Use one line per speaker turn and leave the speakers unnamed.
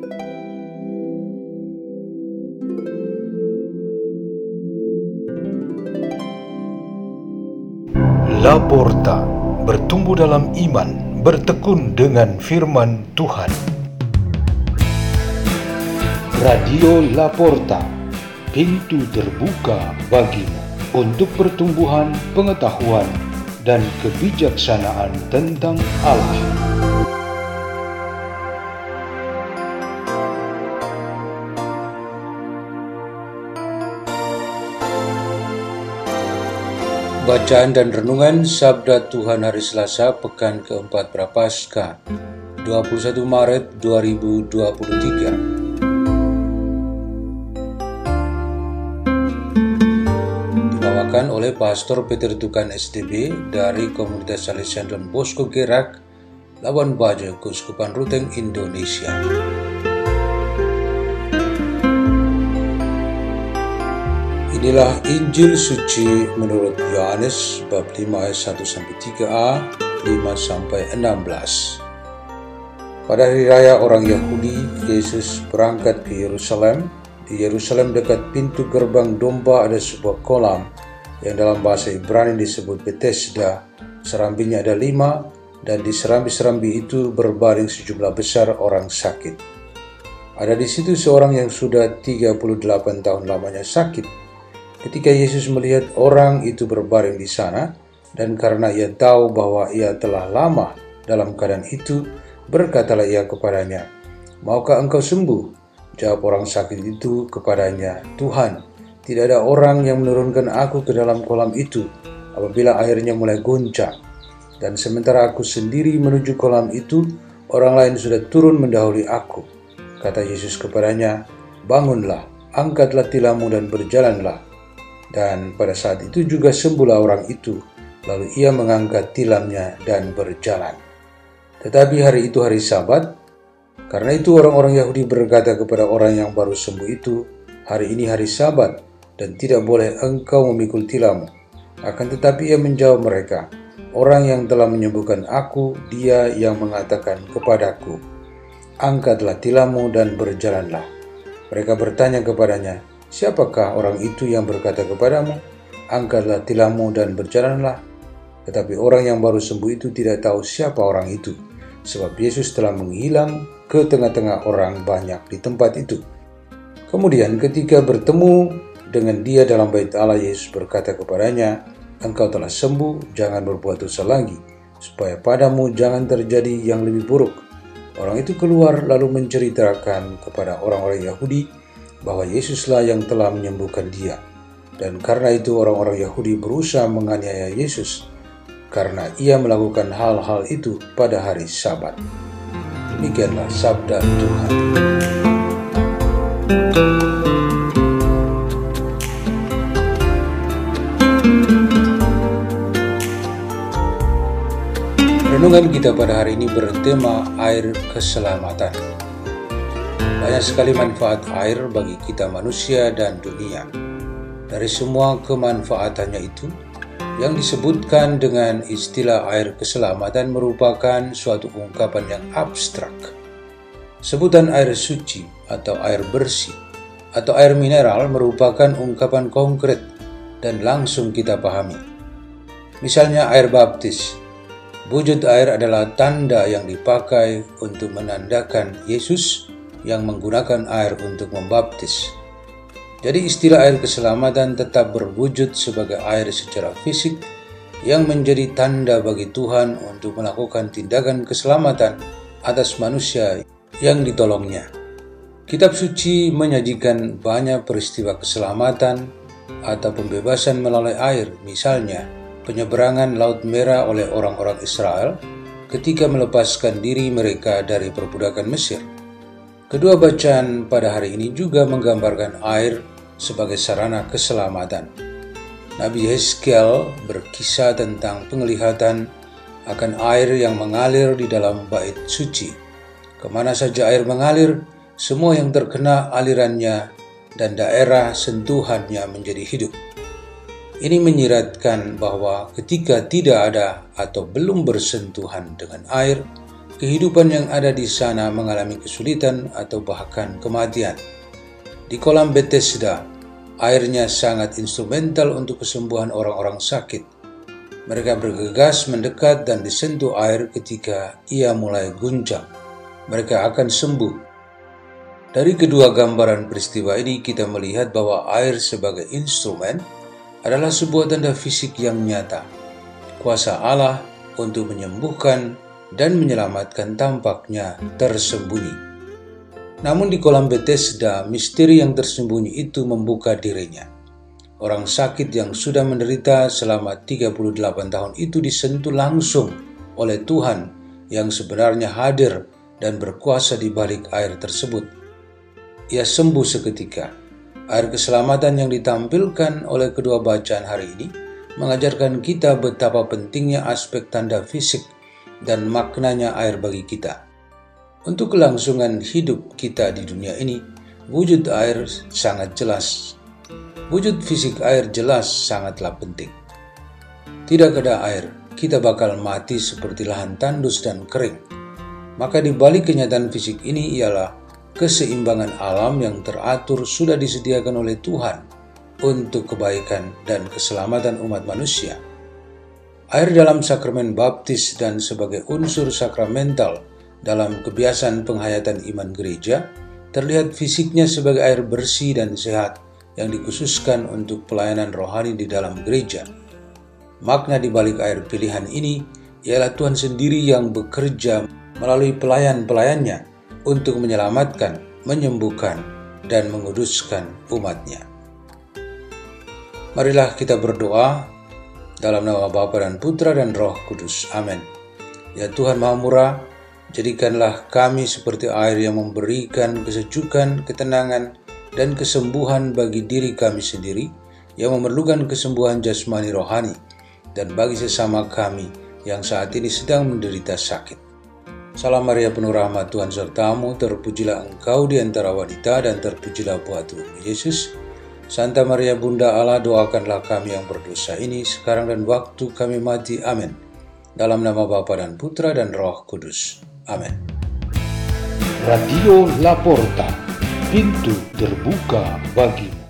Laporta, bertumbuh dalam iman, bertekun dengan firman Tuhan. Radio Laporta, pintu terbuka bagimu untuk pertumbuhan pengetahuan dan kebijaksanaan tentang Allah.
Bacaan dan renungan Sabda Tuhan hari Selasa, Pekan keempat Prapaskah, 21 Maret 2023. Dibawakan oleh Pastor Peter Tukan SDB dari Komunitas Salesian Don Bosco Gerak, Labuan Bajo, Keuskupan Ruteng, Indonesia. Inilah Injil suci menurut Yohanes bab 5 ayat 1-3a, 5-16. Pada hari raya orang Yahudi, Yesus berangkat ke Yerusalem. Di Yerusalem dekat pintu gerbang domba ada sebuah kolam yang dalam bahasa Ibrani disebut Bethesda. Serambinya ada 5, dan di serambi-serambi itu berbaring sejumlah besar orang sakit. Ada di situ seorang yang sudah 38 tahun lamanya sakit. Ketika Yesus melihat orang itu berbaring di sana, dan karena ia tahu bahwa ia telah lama dalam keadaan itu, berkatalah ia kepadanya, "Maukah engkau sembuh?" Jawab orang sakit itu kepadanya, "Tuhan, tidak ada orang yang menurunkan aku ke dalam kolam itu apabila airnya mulai goncang. Dan sementara aku sendiri menuju kolam itu, orang lain sudah turun mendahului aku." Kata Yesus kepadanya, "Bangunlah, angkatlah tilammu dan berjalanlah." Dan pada saat itu juga sembuhlah orang itu, lalu ia mengangkat tilamnya dan berjalan. Tetapi hari itu hari Sabat. Karena itu orang-orang Yahudi berkata kepada orang yang baru sembuh itu, "Hari ini hari Sabat, dan tidak boleh engkau memikul tilammu." Akan tetapi ia menjawab mereka, "Orang yang telah menyembuhkan aku, dia yang mengatakan kepadaku, 'Angkatlah tilammu dan berjalanlah.'" Mereka bertanya kepadanya, "Siapakah orang itu yang berkata kepadamu, 'Angkatlah tilammu dan berjalanlah'?" Tetapi orang yang baru sembuh itu tidak tahu siapa orang itu, sebab Yesus telah menghilang ke tengah-tengah orang banyak di tempat itu. Kemudian ketika bertemu dengan dia dalam bait Allah, Yesus berkata kepadanya, "Engkau telah sembuh, jangan berbuat dosa lagi, supaya padamu jangan terjadi yang lebih buruk." Orang itu keluar lalu menceritakan kepada orang-orang Yahudi bahwa Yesuslah yang telah menyembuhkan dia. Dan karena itu orang-orang Yahudi berusaha menganiaya Yesus karena ia melakukan hal-hal itu pada hari Sabat. Demikianlah sabda Tuhan. Renungan kita pada hari ini bertema air keselamatan. Banyak sekali manfaat air bagi kita manusia dan dunia. Dari semua kemanfaatannya itu, yang disebutkan dengan istilah air keselamatan merupakan suatu ungkapan yang abstrak. Sebutan air suci atau air bersih atau air mineral merupakan ungkapan konkret dan langsung kita pahami. Misalnya air baptis. Wujud air adalah tanda yang dipakai untuk menandakan Yesus yang menggunakan air untuk membaptis. Jadi istilah air keselamatan tetap berwujud sebagai air secara fisik yang menjadi tanda bagi Tuhan untuk melakukan tindakan keselamatan atas manusia yang ditolongnya. Kitab suci menyajikan banyak peristiwa keselamatan atau pembebasan melalui air, misalnya penyeberangan Laut Merah oleh orang-orang Israel ketika melepaskan diri mereka dari perbudakan Mesir. Kedua bacaan pada hari ini juga menggambarkan air sebagai sarana keselamatan. Nabi Yeskiel berkisah tentang penglihatan akan air yang mengalir di dalam bait suci. Kemana saja air mengalir, semua yang terkena alirannya dan daerah sentuhannya menjadi hidup. Ini menyiratkan bahwa ketika tidak ada atau belum bersentuhan dengan air, kehidupan yang ada di sana mengalami kesulitan atau bahkan kematian. Di kolam Bethesda, airnya sangat instrumental untuk kesembuhan orang-orang sakit. Mereka bergegas mendekat dan disentuh air ketika ia mulai guncang. Mereka akan sembuh. Dari kedua gambaran peristiwa ini kita melihat bahwa air sebagai instrumen adalah sebuah tanda fisik yang nyata. Kuasa Allah untuk menyembuhkan dan menyelamatkan tampaknya tersembunyi. Namun di kolam Bethesda, misteri yang tersembunyi itu membuka dirinya. Orang sakit yang sudah menderita selama 38 tahun itu disentuh langsung oleh Tuhan yang sebenarnya hadir dan berkuasa di balik air tersebut. Ia sembuh seketika. Air keselamatan yang ditampilkan oleh kedua bacaan hari ini mengajarkan kita betapa pentingnya aspek tanda fisik dan maknanya air bagi kita. Untuk kelangsungan hidup kita di dunia ini, wujud air sangat jelas. Wujud fisik air jelas sangatlah penting. Tidak ada air, kita bakal mati seperti lahan tandus dan kering. Maka di balik kenyataan fisik ini ialah keseimbangan alam yang teratur sudah disediakan oleh Tuhan untuk kebaikan dan keselamatan umat manusia. Air dalam sakramen baptis dan sebagai unsur sakramental dalam kebiasaan penghayatan iman gereja terlihat fisiknya sebagai air bersih dan sehat yang dikhususkan untuk pelayanan rohani di dalam gereja. Makna di balik air pilihan ini ialah Tuhan sendiri yang bekerja melalui pelayan-pelayannya untuk menyelamatkan, menyembuhkan, dan menguduskan umatnya. Marilah kita berdoa dalam nama Bapa dan Putra dan Roh Kudus. Amin. Ya Tuhan Maha Murah, jadikanlah kami seperti air yang memberikan kesejukan, ketenangan, dan kesembuhan bagi diri kami sendiri yang memerlukan kesembuhan jasmani rohani, dan bagi sesama kami yang saat ini sedang menderita sakit. Salam Maria penuh rahmat, Tuhan sertamu, terpujilah engkau di antara wanita dan terpujilah buah tubuhmu Yesus. Santa Maria Bunda Allah, doakanlah kami yang berdosa ini sekarang dan waktu kami mati. Amin. Dalam nama Bapa dan Putra dan Roh Kudus. Amin.
Radio Laporta, pintu terbuka bagimu.